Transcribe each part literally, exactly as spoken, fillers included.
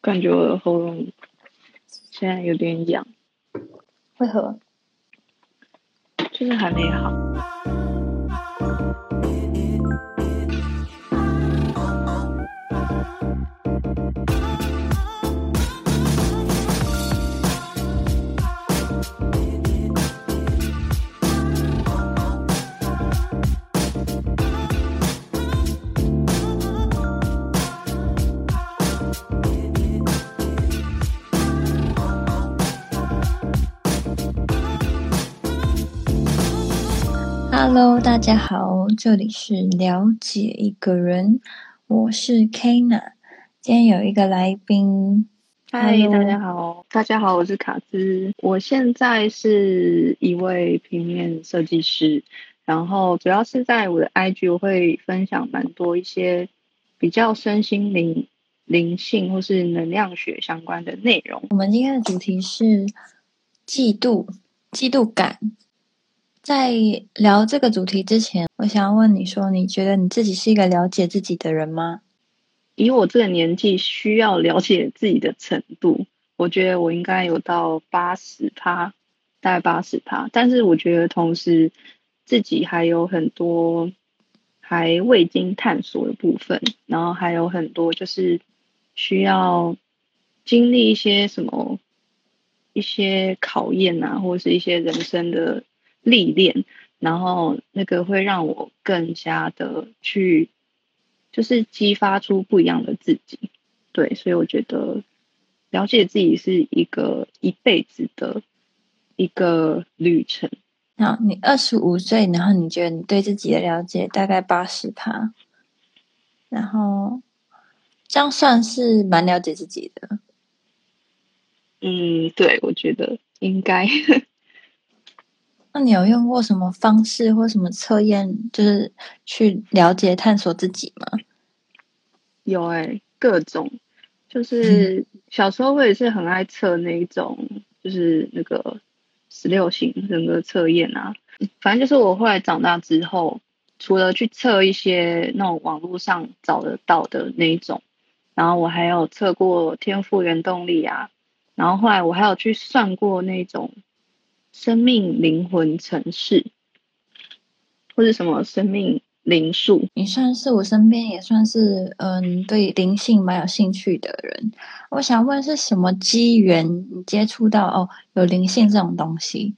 感觉我的喉咙现在有点痒， 为何？ 就是还没好。 Hello， 大家好，这里是了解一个人，我是 Kena， 今天有一个来宾。 嗨，大家好，大家好，我是卡兹，我现在是一位平面设计师，然后主要是在我的 I G 我会分享蛮多一些比较身心灵、灵性或是能量学相关的内容。 我们今天的主题是嫉妒、嫉妒感。在聊这个主题之前，我想要问你说，你觉得你自己是一个了解自己的人吗？ 以我这个年纪需要了解自己的程度，我觉得我应该有到八十趴，大概八十趴。但是我觉得同时自己还有很多还未经探索的部分，然后还有很多就是需要经历一些什么一些考验啊，或者是一些人生的历练，然后那个会让我更加的去。就是激发出不一样的自己，对，所以我觉得了解自己是一个一辈子的一个旅程。 好，你二十五岁，然后你觉得你对自己的了解大概八十趴，然后这样算是蛮了解自己的。 嗯，对，我觉得应该。 那你有用过什么方式或什么测验，就是去了解探索自己吗？ 有哎、欸，各种，就是小时候我也是很爱测那一种，就是那个十六型人格测验啊。反正就是我后来长大之后，除了去测一些那种网络上找得到的那一种，然后我还有测过天赋原动力啊，然后后来我还有去算过那种生命灵魂程式，或是什么生命灵数。 你算是我身边也算是嗯对灵性蛮有兴趣的人。我想问是什么机缘你接触到哦有灵性这种东西？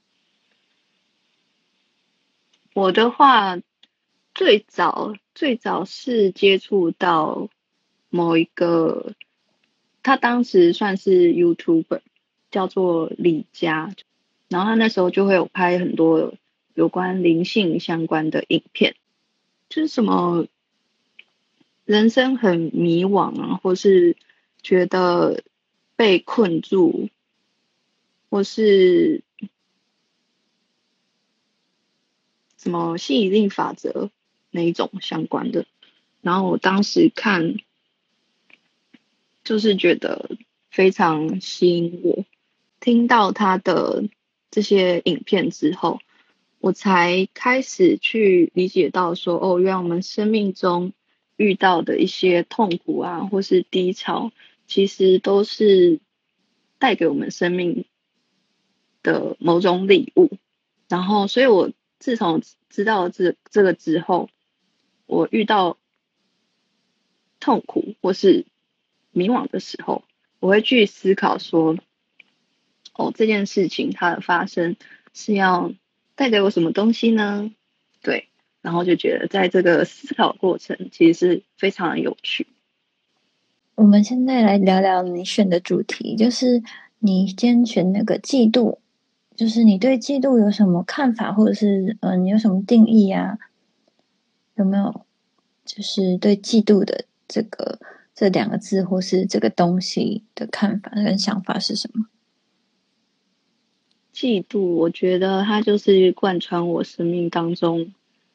我的话，最早最早是接触到某一个，他当时算是 YouTuber，叫做李佳，然后他那时候就会有拍很多有关灵性相关的影片，就是什么人生很迷惘啊，或是觉得被困住，或是什么吸引力法则那一种相关的。然后我当时看，就是觉得非常吸引我。听到他的这些影片之后，我才开始去理解到说，哦，原来我们生命中遇到的一些痛苦啊，或是低潮，其实都是带给我们生命的某种礼物。然后，所以我自从知道这这个之后，我遇到痛苦或是迷惘的时候，我会去思考说，哦，这件事情它的发生是要带给我什么东西呢？对，然后就觉得在这个思考过程其实是非常的有趣。 我们现在来聊聊你选的主题，就是你今天选那个嫉妒，就是你对嫉妒有什么看法，或者是嗯、呃，你有什么定义啊？有没有就是对嫉妒的这个这两个字，或是这个东西的看法跟想法是什么？ 嫉妒，我觉得它就是贯穿我生命当中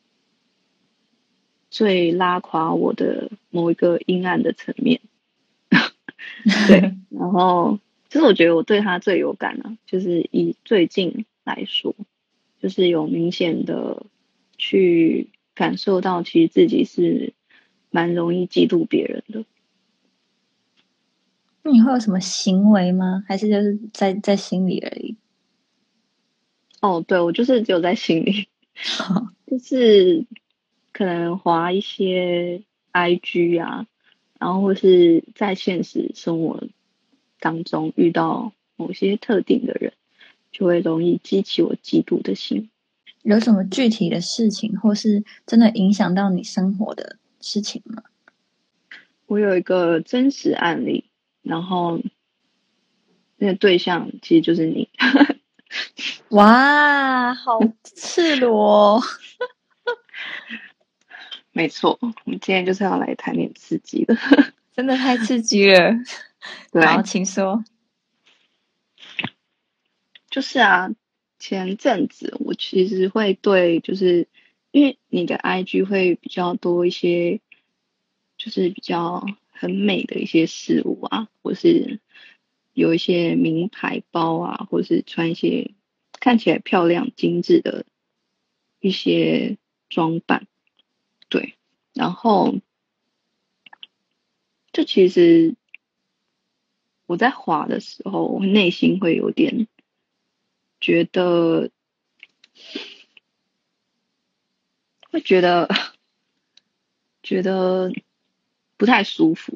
最拉垮我的某一个阴暗的层面。对，然后其实我觉得我对他最有感啊，就是以最近来说，就是有明显的去感受到，其实自己是蛮容易嫉妒别人的。 那你会有什么行为吗？还是就是在在心里而已？ 哦，对，我就是只有在心里，就是可能滑一些 I G 啊，然后或是在现实生活当中遇到某些特定的人，就会容易激起我嫉妒的心。 有什么具体的事情，或是真的影响到你生活的事情吗？ 我有一个真实案例，然后那个对象其实就是你。 哇，好赤裸哦！ 没错，我们今天就是要来谈点刺激的。 真的太刺激了。好， 对， 请说。 就是啊，前阵子我其实会对，就是因为你的 I G 会比较多一些，就是比较很美的一些事物啊，或是有一些名牌包啊，或是穿一些看起来漂亮精致的一些装扮，对，然后就其实我在滑的时候，我内心会有点觉得，会觉得觉得不太舒服，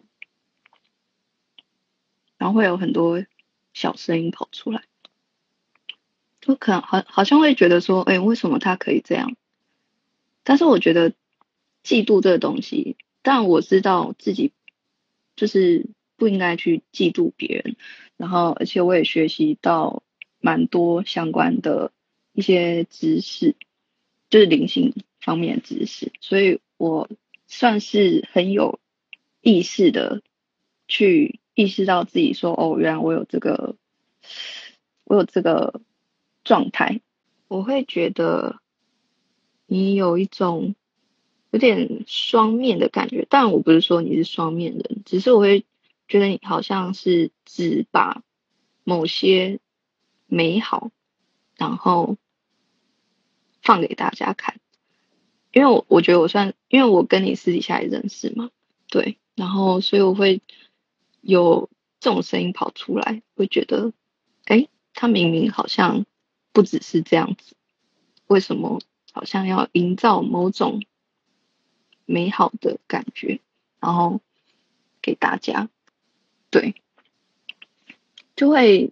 然后会有很多小声音跑出来，就可能好好像会觉得说，哎、为什么他可以这样？但是我觉得嫉妒这个东西，但我知道自己就是不应该去嫉妒别人，然后而且我也学习到蛮多相关的一些知识，就是灵性方面的知识，所以我算是很有意识的去意识到自己说，哦，原来我有这个，我有这个状态，我会觉得你有一种有点双面的感觉，但我不是说你是双面人，只是我会觉得你好像是只把某些美好，然后放给大家看。因为我我觉得我算，因为我跟你私底下也认识嘛，对，然后所以我会有这种声音跑出来，会觉得，哎，他明明好像不只是这样子，为什么好像要营造某种美好的感觉，然后给大家，对，就会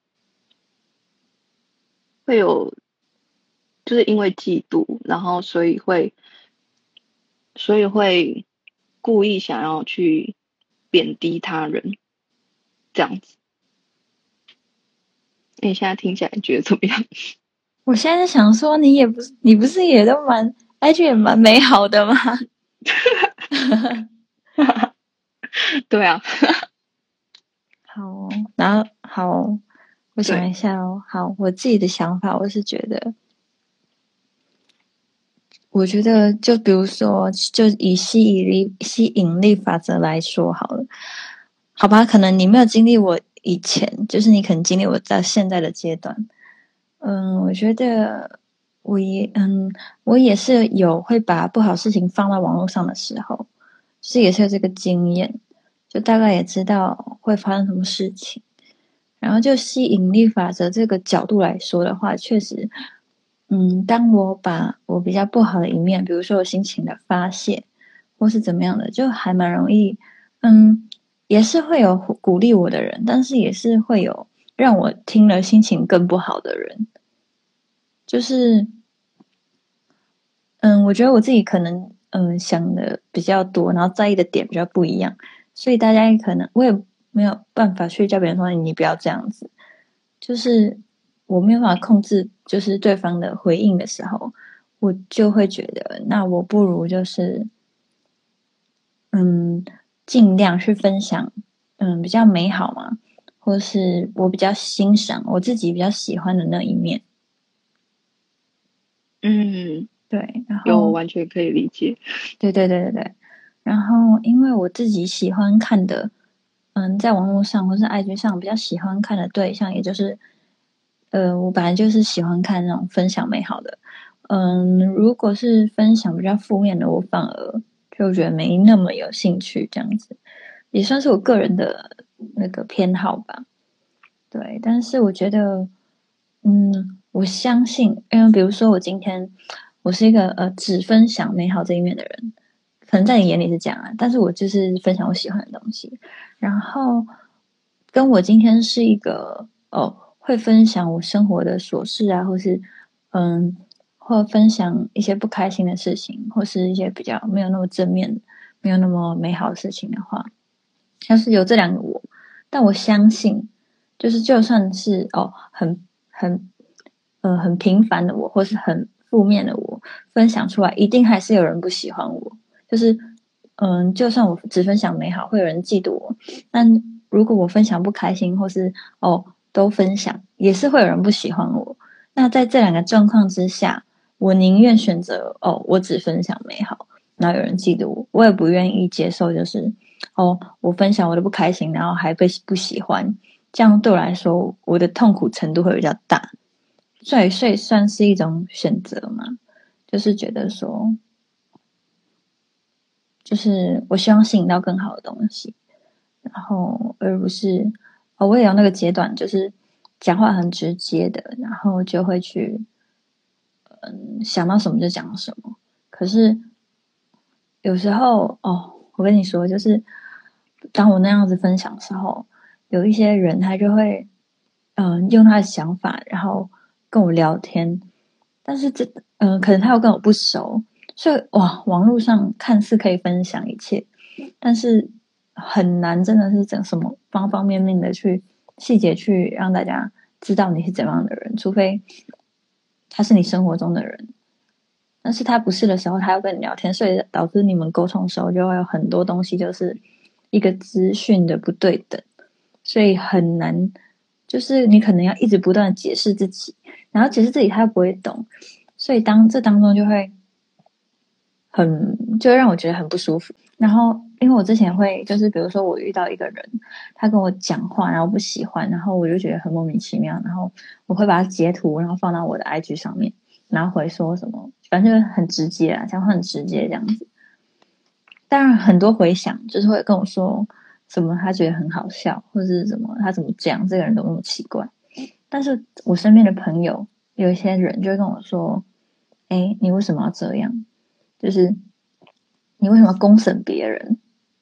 会有，就是因为嫉妒，然后所以会，所以会故意想要去贬低他人，这样子。你现在听起来觉得怎么样？ 我现在想说，你也不是，你不是也都蛮，I G 也蛮美好的吗？ 对啊， 好，然后好，我想对， 一下哦。好，我自己的想法，我是觉得，我觉得就比如说，就以吸引力吸引力法则来说好了，好吧？可能你没有经历我以前，就是你可能经历我在现在的阶段。嗯，我觉得我也嗯，我也是有会把不好事情放到网络上的时候，是也是有这个经验，就大概也知道会发生什么事情。然后就吸引力法则这个角度来说的话，确实，嗯，当我把我比较不好的一面，比如说我心情的发泄，或是怎么样的，就还蛮容易，嗯，也是会有鼓励我的人，但是也是会有让我听了心情更不好的人。就是，嗯，我觉得我自己可能，嗯，想的比较多，然后在意的点比较不一样，所以大家也可能我也没有办法去叫别人说你不要这样子。就是我没有办法控制，就是对方的回应的时候，我就会觉得，那我不如就是，嗯，尽量去分享，嗯，比较美好嘛，或是我比较欣赏我自己比较喜欢的那一面。 嗯， 对，然有，我后完全可以理解。 对对对对对，然后因为我自己喜欢看的，嗯，在网络上或是 I G 上比较喜欢看的对象，也就是，呃，我本来就是喜欢看那种分享美好的，嗯，如果是分享比较负面的，我反而就觉得没那么有兴趣，这样子，也算是我个人的那个偏好吧。对，但是我觉得，嗯，我相信，因为比如说我今天我是一个呃只分享美好这一面的人，可能在你眼里是这样啊，但是我就是分享我喜欢的东西，然后跟我今天是一个哦会分享我生活的琐事啊，或是嗯，或分享一些不开心的事情，或是一些比较没有那么正面、没有那么美好的事情的话，要是有这两个我，但我相信。就是就算是哦很很呃很平凡的我，或是很负面的我，分享出来，一定还是有人不喜欢我。就是嗯，就算我只分享美好，会有人嫉妒我。但如果我分享不开心，或是哦都分享，也是会有人不喜欢我。那在这两个状况之下，我宁愿选择哦，我只分享美好，然后有人嫉妒我，我也不愿意接受，就是哦，我分享我的不开心，然后还被不喜欢。这样对我来说，我的痛苦程度会比较大，所以所以算是一种选择嘛，就是觉得说，就是我希望吸引到更好的东西，然后而不是哦，我也有那个阶段，就是讲话很直接的，然后就会去嗯想到什么就讲什么，可是有时候哦，我跟你说，就是当我那样子分享的时候，有一些人他就会嗯、呃用他的想法，然后跟我聊天，但是这嗯、呃可能他又跟我不熟，所以哇，网络上看似可以分享一切，但是很难，真的是整什么方方面面的去细节去让大家知道你是怎样的人，除非他是你生活中的人。但是他不是的时候，他要跟你聊天，所以导致你们沟通的时候就会有很多东西就是一个资讯的不对等，所以很难，就是你可能要一直不断的解释自己，然后解释自己他又不会懂，所以当这当中就会很就会让我觉得很不舒服。然后因为我之前会就是比如说我遇到一个人，他跟我讲话，然后不喜欢，然后我就觉得很莫名其妙，然后我会把它截图，然后放到我的 I G 上面。然后回说什么，反正就很直接啊，讲话很直接这样子。当然很多回响就是会跟我说什么他觉得很好笑，或者是什么他怎么这样，这个人怎么那么奇怪。但是我身边的朋友有一些人就会跟我说：“哎，你为什么要这样？就是你为什么要公审别人？”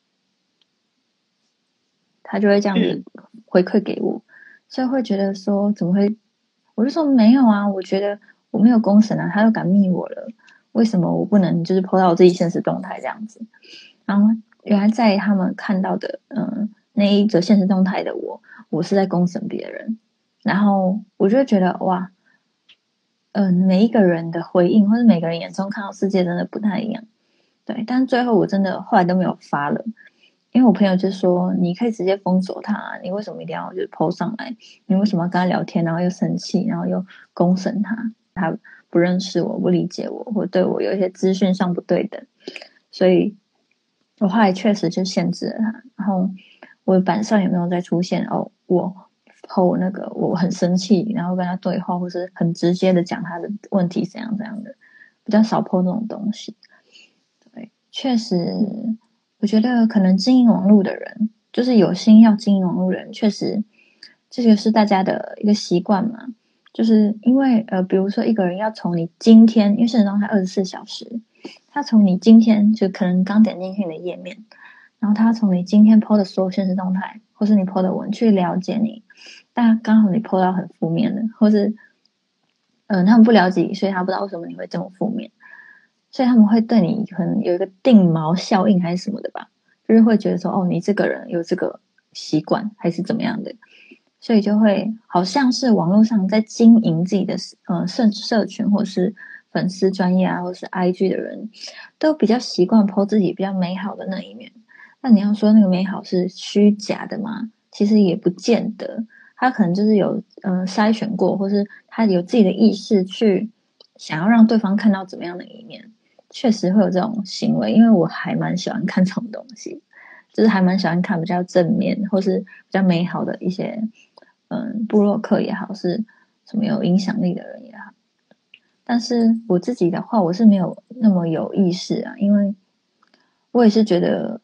他就会这样子回馈给我，所以会觉得说怎么会？我就说没有啊，我觉得我没有公审啊，他都敢密我了，为什么我不能就是 po 到我自己现实动态这样子？然后原来在他们看到的嗯那一则现实动态的我，我是在公审别人，然后我就觉得哇，嗯，每一个人的回应或者每个人眼中看到世界真的不太一样，对，但最后我真的后来都没有发了。因为我朋友就说，你可以直接封锁他，你为什么一定要就是 po 上来？你为什么要跟他聊天，然后又生气，然后又公审他？他不认识我，不理解我，或对我有一些资讯上不对等，所以我后来确实就限制了他。然后我板上有没有再出现哦？我 po 那个我很生气，然后跟他对话，或是很直接的讲他的问题怎样怎样的，比较少 po 那种东西。对，确实。我觉得可能经营网络的人，就是有心要经营网络的人，确实这个是大家的一个习惯嘛。就是因为呃，比如说一个人要从你今天，因为现实中他二十四小时，他从你今天就可能刚点进去你的页面，然后他从你今天 po 的所有现实动态，或是你 po 的文去了解你，但刚好你 po 到很负面的，或是嗯、呃、他们不了解你，所以他不知道为什么你会这么负面。所以他们会对你可能有一个定锚效应还是什么的吧，就是会觉得说哦，你这个人有这个习惯还是怎么样的，所以就会好像是网络上在经营自己的呃社社群或是粉丝专业啊，或是 I G 的人，都比较习惯 po 自己比较美好的那一面。那你要说那个美好是虚假的吗？其实也不见得，他可能就是有嗯、呃、筛选过，或是他有自己的意识去想要让对方看到怎么样的一面。确实会有这种行为，因为我还蛮喜欢看这种东西，就是还蛮喜欢看比较正面或是比较美好的一些，嗯，部落客也好，是什么有影响力的人也好。但是我自己的话，我是没有那么有意识啊，因为我也是觉得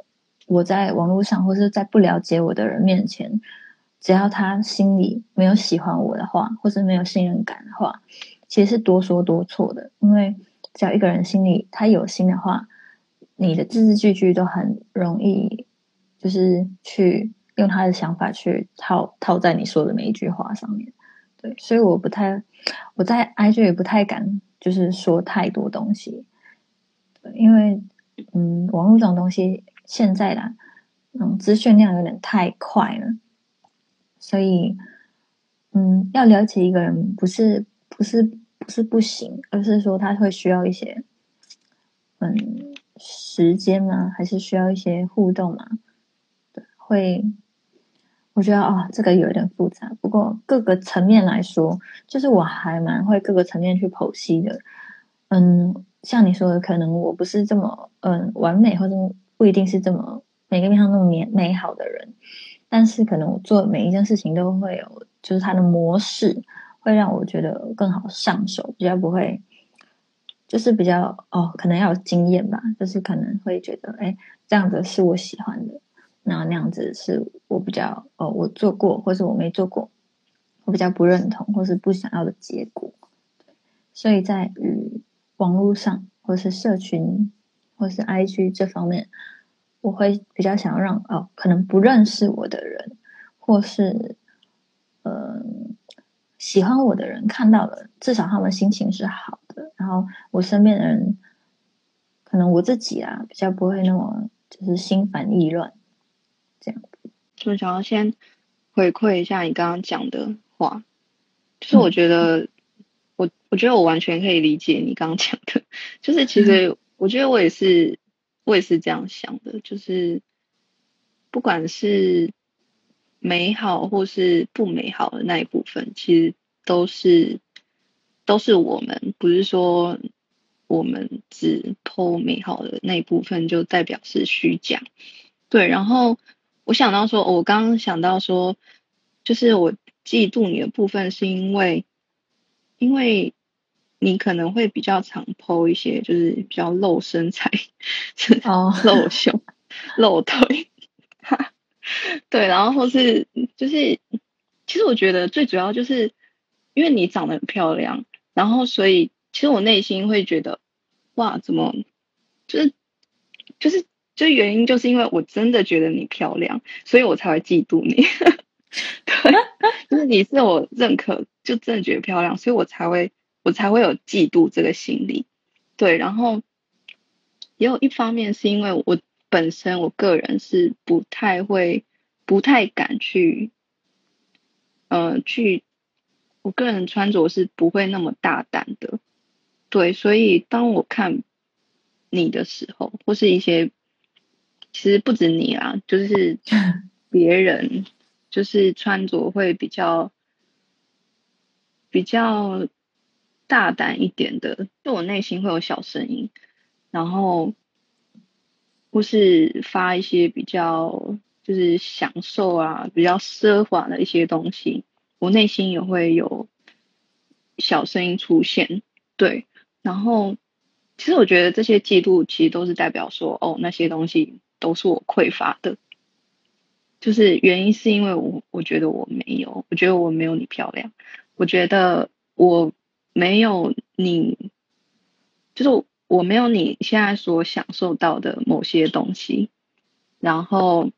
我在网络上或是在不了解我的人面前，只要他心里没有喜欢我的话，或是没有信任感的话，其实是多说多错的。因为只要一个人心里他有心的话，你的字字句句都很容易，就是去用他的想法去套套在你说的每一句话上面。对，所以我不太，我在 I G 也不太敢，就是说太多东西，对，因为嗯，网络这种东西现在啦，嗯，资讯量有点太快了，所以嗯，要了解一个人不是不是不是不行，而是说他会需要一些嗯时间吗？还是需要一些互动嘛？对，会。我觉得啊、哦，这个有点复杂。不过各个层面来说，就是我还蛮会各个层面去剖析的。嗯，像你说的，可能我不是这么嗯完美，或者不一定是这么每个面向那么美美好的人，但是可能我做每一件事情都会有，就是它的模式会让我觉得更好上手，比较不会，就是比较哦，可能要有经验吧，就是可能会觉得，哎，这样子是我喜欢的。那那样子是我比较哦，我做过，或是我没做过，我比较不认同或是不想要的结果。所以在与网络上或是社群或是 I G 这方面，我会比较想要让哦，可能不认识我的人，或是呃喜欢我的人看到了，至少他们心情是好的。然后我身边的人，可能我自己啊，比较不会那么就是心烦意乱这样。 就想要先回馈一下你刚刚讲的话，就是我嗯觉得我我觉得我完全可以理解你刚刚讲的，就是其实我觉得我也是我也是这样想的，就是不管是美好或是不美好的那一部分，其实都是都是我们，不是说我们只 po 美好的那一部分就代表是虚假。对，然后我想到说，我刚刚想到说，就是我嫉妒你的部分，是因为因为你可能会比较常 po 一些，就是比较露身材、 哦， 露胸、露腿，对，然后或是就是，其实我觉得最主要就是因为你长得很漂亮，然后所以其实我内心会觉得，哇，怎么就是就是就原因就是因为我真的觉得你漂亮，所以我才会嫉妒你。对，就是你是我认可，就真的觉得漂亮，所以我才会我才会有嫉妒这个心理。对，然后也有一方面是因为我本身我个人是不太会、不太敢去，呃，去我个人穿着是不会那么大胆的。对，所以当我看你的时候，或是一些其实不止你啦，就是别人就是穿着会比较比较大胆一点的，就我内心会有小声音，然后或是发一些比较就是享受啊、比较奢华的一些东西，我内心也会有小声音出现。对，然后其实我觉得这些嫉妒其实都是代表说，哦，那些东西都是我匮乏的，就是原因是因为我我觉得我没有，我觉得我没有你漂亮，我觉得我没有你，就是我没有你现在所享受到的某些东西，然后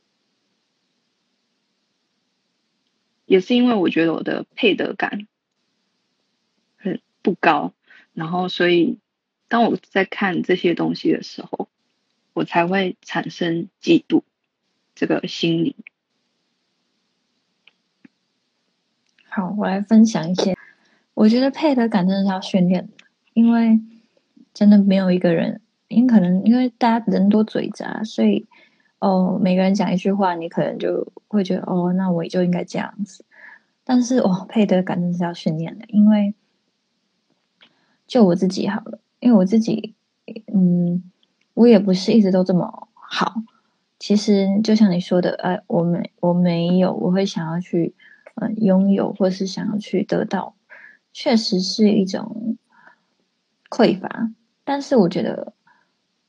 也是因为我觉得我的配得感很不高，然后所以当我在看这些东西的时候，我才会产生嫉妒这个心理。 好，我来分享一些。我觉得配得感真的是要训练的，因为真的没有一个人，因可能因为大家人多嘴杂，所以哦，每个人讲一句话，你可能就会觉得哦，那我就应该这样子。但是哦，配得感真的是要训练的，因为就我自己好了，因为我自己，嗯，我也不是一直都这么好。其实就像你说的，呃，我没我没有，我会想要去，呃，拥有，或是想要去得到，确实是一种匮乏。但是我觉得，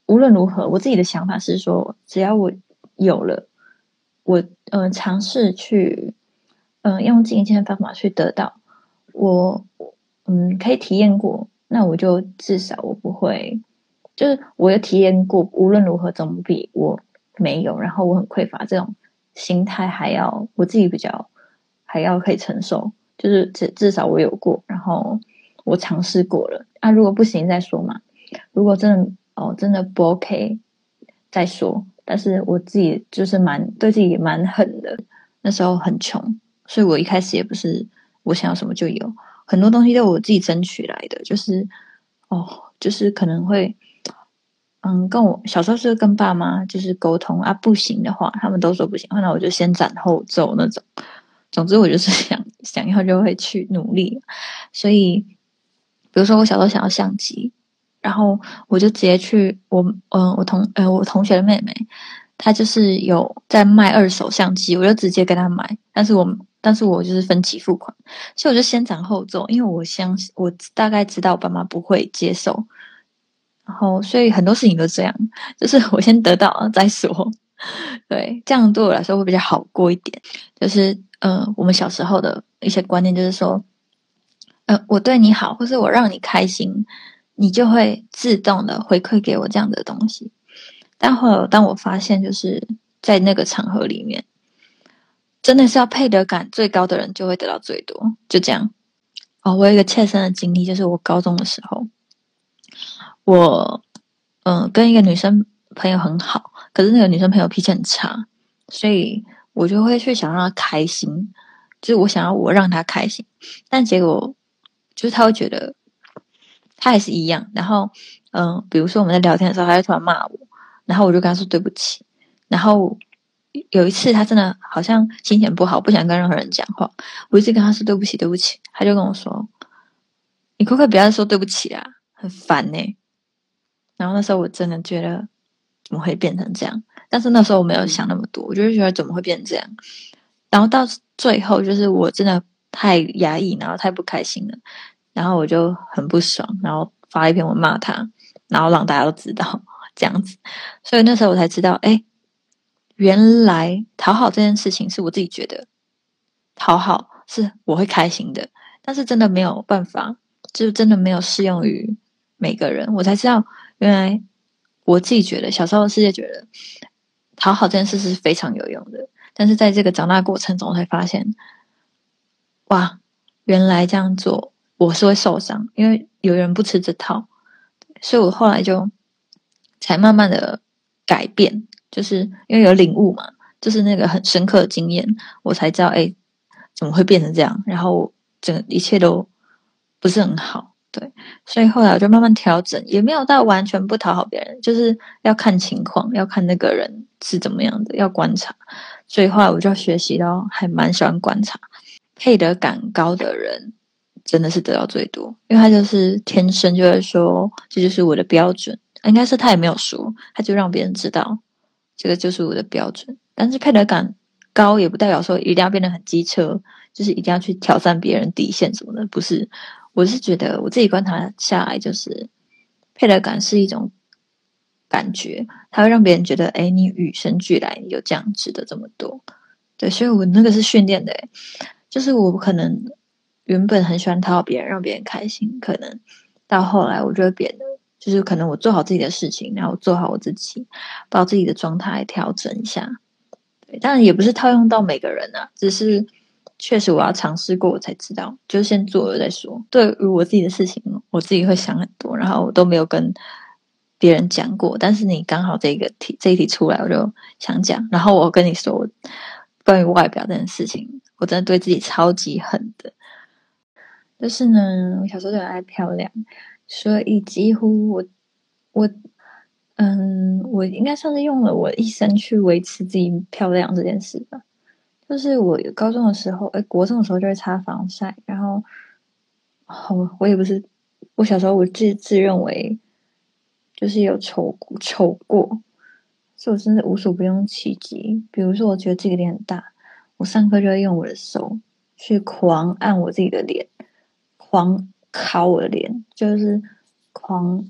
无论如何，我自己的想法是说，只要我有了，我呃尝试去，嗯、呃，用尽一切方法去得到，我嗯可以体验过，那我就至少我不会，就是我有体验过，无论如何总比我没有，然后我很匮乏这种心态还要我自己比较还要可以承受，就是至至少我有过，然后我尝试过了，啊，如果不行再说嘛。如果真的哦真的不 OK 再说，但是我自己就是蛮对自己也蛮狠的，那时候很穷，所以我一开始也不是我想要什么就有，很多东西都我自己争取来的，就是哦就是可能会嗯跟我小时候是跟爸妈就是沟通啊，不行的话他们都说不行，那我就先斩后奏那种，总之我就是想想要就会去努力，所以比如说我小时候想要相机，然后我就直接去我嗯、呃、我同呃我同学的妹妹，她就是有在卖二手相机，我就直接跟她买，但是我但是我就是分期付款，所以我就先斩后奏，因为我相信我大概知道我爸妈不会接受，然后所以很多事情都这样，就是我先得到再说，对，这样对我来说会比较好过一点，就是呃我们小时候的一些观念就是说。呃，我对你好，或是我让你开心，你就会自动的回馈给我这样的东西。但后来当我发现，就是在那个场合里面，真的是要配得感最高的人就会得到最多，就这样。哦，我有一个切身的经历，就是我高中的时候，我嗯、呃跟一个女生朋友很好，可是那个女生朋友脾气很差，所以我就会去想让她开心，就是我想要我让她开心，但结果就是她会觉得她也是一样，然后嗯、呃比如说我们在聊天的时候，她会突然骂我，然后我就跟她说对不起，然后有一次她真的好像心情不好，不想跟任何人讲话，我一直跟她说对不起对不起，她就跟我说你可不可以不要再说对不起啦，很烦呢、欸。然后那时候我真的觉得怎么会变成这样？但是那时候我没有想那么多，我就是觉得怎么会变成这样？然后到最后就是我真的太压抑，然后太不开心了，然后我就很不爽，然后发一篇文骂他，然后让大家都知道这样子。所以那时候我才知道，哎，原来讨好这件事情是我自己觉得讨好是我会开心的，但是真的没有办法，就真的没有适用于每个人。我才知道，原来我自己觉得小时候的世界觉得讨好这件事是非常有用的，但是在这个长大过程中，我才发现，哇，原来这样做我是会受伤，因为有人不吃这套，所以我后来就才慢慢的改变，就是因为有领悟嘛，就是那个很深刻的经验，我才知道，哎，怎么会变成这样？然后整个一切都不是很好，对，所以后来我就慢慢调整，也没有到完全不讨好别人，就是要看情况，要看那个人是怎么样的，要观察。所以后来我就学习到，还蛮喜欢观察，配得感高的人真的是得到最多，因为他就是天生就会说这就是我的标准，应该是他也没有说，他就让别人知道这个就是我的标准。但是配得感高也不代表说一定要变得很机车，就是一定要去挑战别人底线什么的，不是。我是觉得我自己观察下来，就是配得感是一种感觉，它会让别人觉得，哎，你与生俱来，你有这样值得这么多。对，所以我那个是训练的，诶就是我可能原本很喜欢讨好别人，让别人开心，可能到后来我就会变得，就是可能我做好自己的事情，然后做好我自己，把我自己的状态调整一下。对，当然也不是套用到每个人啊，只是确实我要尝试过，我才知道，就先做了再说。对于我自己的事情，我自己会想很多，然后我都没有跟别人讲过。但是你刚好这个题这一题出来，我就想讲。然后我跟你说，关于外表这件事情，我真的对自己超级狠的。就是呢，我小时候就很爱漂亮，所以几乎我我嗯，我应该算是用了我一生去维持自己漂亮这件事吧。就是我高中的时候，哎，国中的时候就会擦防晒，然后，哦，我也不是，我小时候我自自认为就是有丑丑过，所以我真的无所不用其极。比如说，我觉得这个脸很大，我上课就会用我的手去狂按我自己的脸，狂烤我的脸，就是狂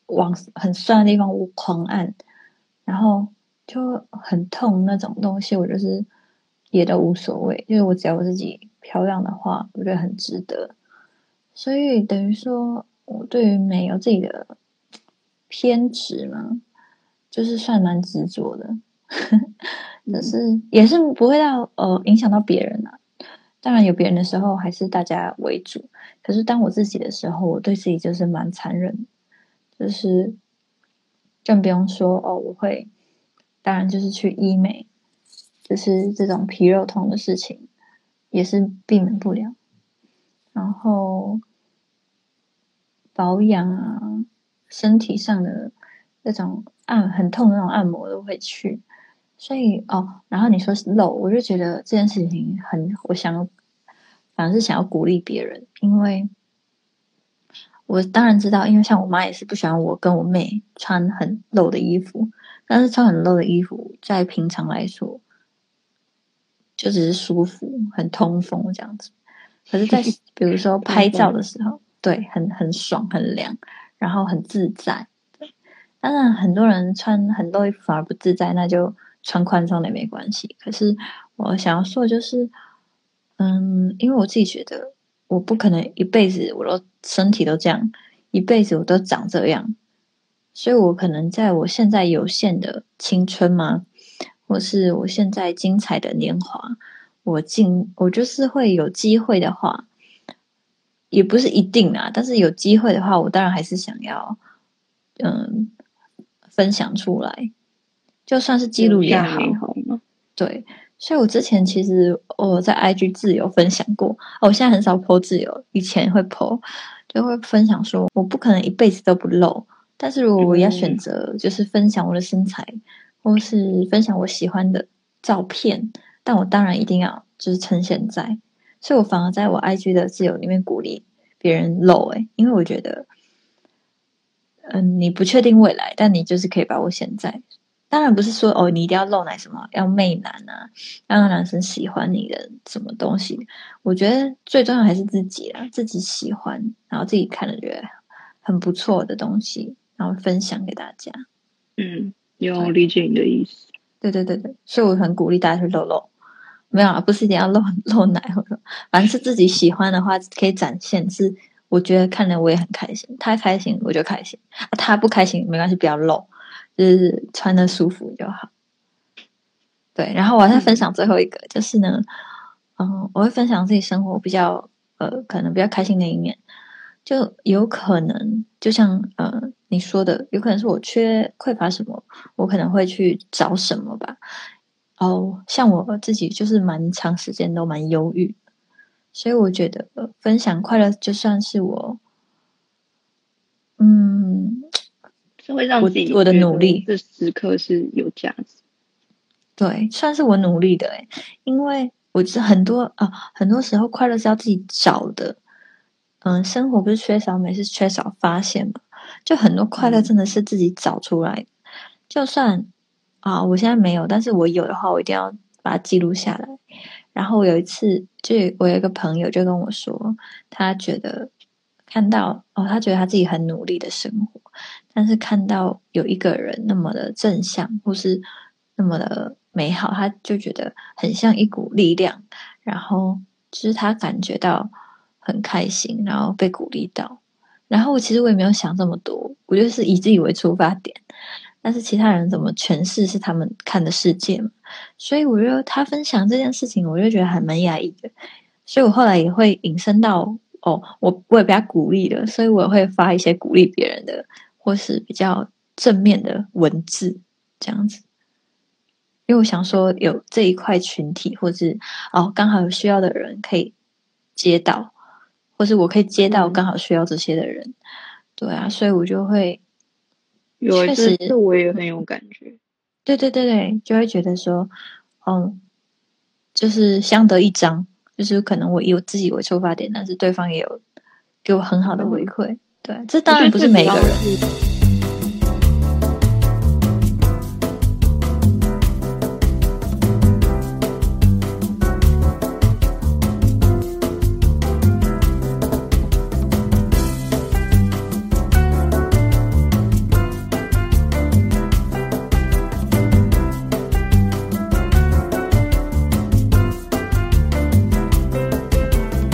往很酸的地方我狂按，然后就很痛那种东西，我就是也都无所谓，就是我只要我自己漂亮的话，我觉得很值得。所以等于说我对于美有自己的偏执嘛，就是算蛮执着的，可是也是不会到呃影响到别人啊。当然有别人的时候还是大家为主，可是当我自己的时候，我对自己就是蛮残忍，就是更不用说哦，我会当然就是去医美，就是这种皮肉痛的事情也是避免不了。然后保养啊，身体上的那种按很痛的那种按摩都会去。所以哦，然后你说是露，我就觉得这件事情很，我想反而是想要鼓励别人，因为我当然知道，因为像我妈也是不喜欢我跟我妹穿很露的衣服，但是穿很露的衣服在平常来说就只是舒服，很通风这样子。可是在比如说拍照的时候，对，很很爽，很凉，然后很自在。当然，很多人穿很露衣服反而不自在，那就穿宽松的也没关系。可是我想要说的就是，嗯，因为我自己觉得，我不可能一辈子我都身体都这样，一辈子我都长这样，所以我可能在我现在有限的青春嘛，或是我现在精彩的年华，我尽我就是会有机会的话，也不是一定啊，但是有机会的话，我当然还是想要，嗯。分享出来，就算是记录也好。 好对，所以我之前其实我在 I G 自由分享过，哦，我现在很少 po 自由，以前会 po，就会分享说我不可能一辈子都不露，但是如果我要选择，就是分享我的身材，嗯、或是分享我喜欢的照片，但我当然一定要就是趁现在，所以我反而在我 I G 的自由里面鼓励别人露，诶，因为我觉得。嗯，你不确定未来，但你就是可以把握现在。当然不是说哦，你一定要露奶什么，要媚男啊，要让男生喜欢你的什么东西。我觉得最重要还是自己啦，自己喜欢，然后自己看了觉得很不错的东西，然后分享给大家。 嗯，有理解你的意思。 对对对对，所以我很鼓励大家去露露。没有啊，不是一定要露露奶，或者反正是自己喜欢的话，可以展现是。我觉得看了我也很开心，他开心我就开心，啊、他不开心没关系，不要露，就是穿的舒服就好。对，然后我再分享最后一个，嗯、就是呢，嗯，我会分享自己生活比较呃可能比较开心的一面，就有可能就像呃你说的，有可能是我缺匮乏什么，我可能会去找什么吧。哦，像我自己就是蛮长时间都蛮忧郁。所以我觉得、呃、分享快乐就算是我，嗯， 是会让自己我的努力， 这时刻是有价值。 对，算是我努力的诶，因为我觉得很多啊，很多时候快乐是要自己找的。嗯，生活不是缺少美，是缺少发现嘛。就很多快乐真的是自己找出来的。嗯、就算啊，我现在没有，但是我有的话，我一定要把它记录下来。然后有一次，就我有一个朋友就跟我说，他觉得看到哦，他觉得他自己很努力的生活，但是看到有一个人那么的正向，或是那么的美好，他就觉得很像一股力量，然后就是他感觉到很开心，然后被鼓励到。然后其实我也没有想这么多，我就是以自己为出发点。但是其他人怎么诠释是他们看的世界嘛，所以我觉得他分享这件事情，我就觉得还蛮压抑的。所以我后来也会引申到哦，我我也被他鼓励了，所以我也会发一些鼓励别人的，或是比较正面的文字这样子。因为我想说，有这一块群体，或是哦刚好有需要的人可以接到，或是我可以接到刚好需要这些的人，嗯、对啊，所以我就会。 有，确实，这我也很有感觉。 对对对对，就会觉得说，嗯，就是相得益彰，就是可能我以我自己为出发点，但是对方也有给我很好的回馈。嗯、对，这当然不是每一个人。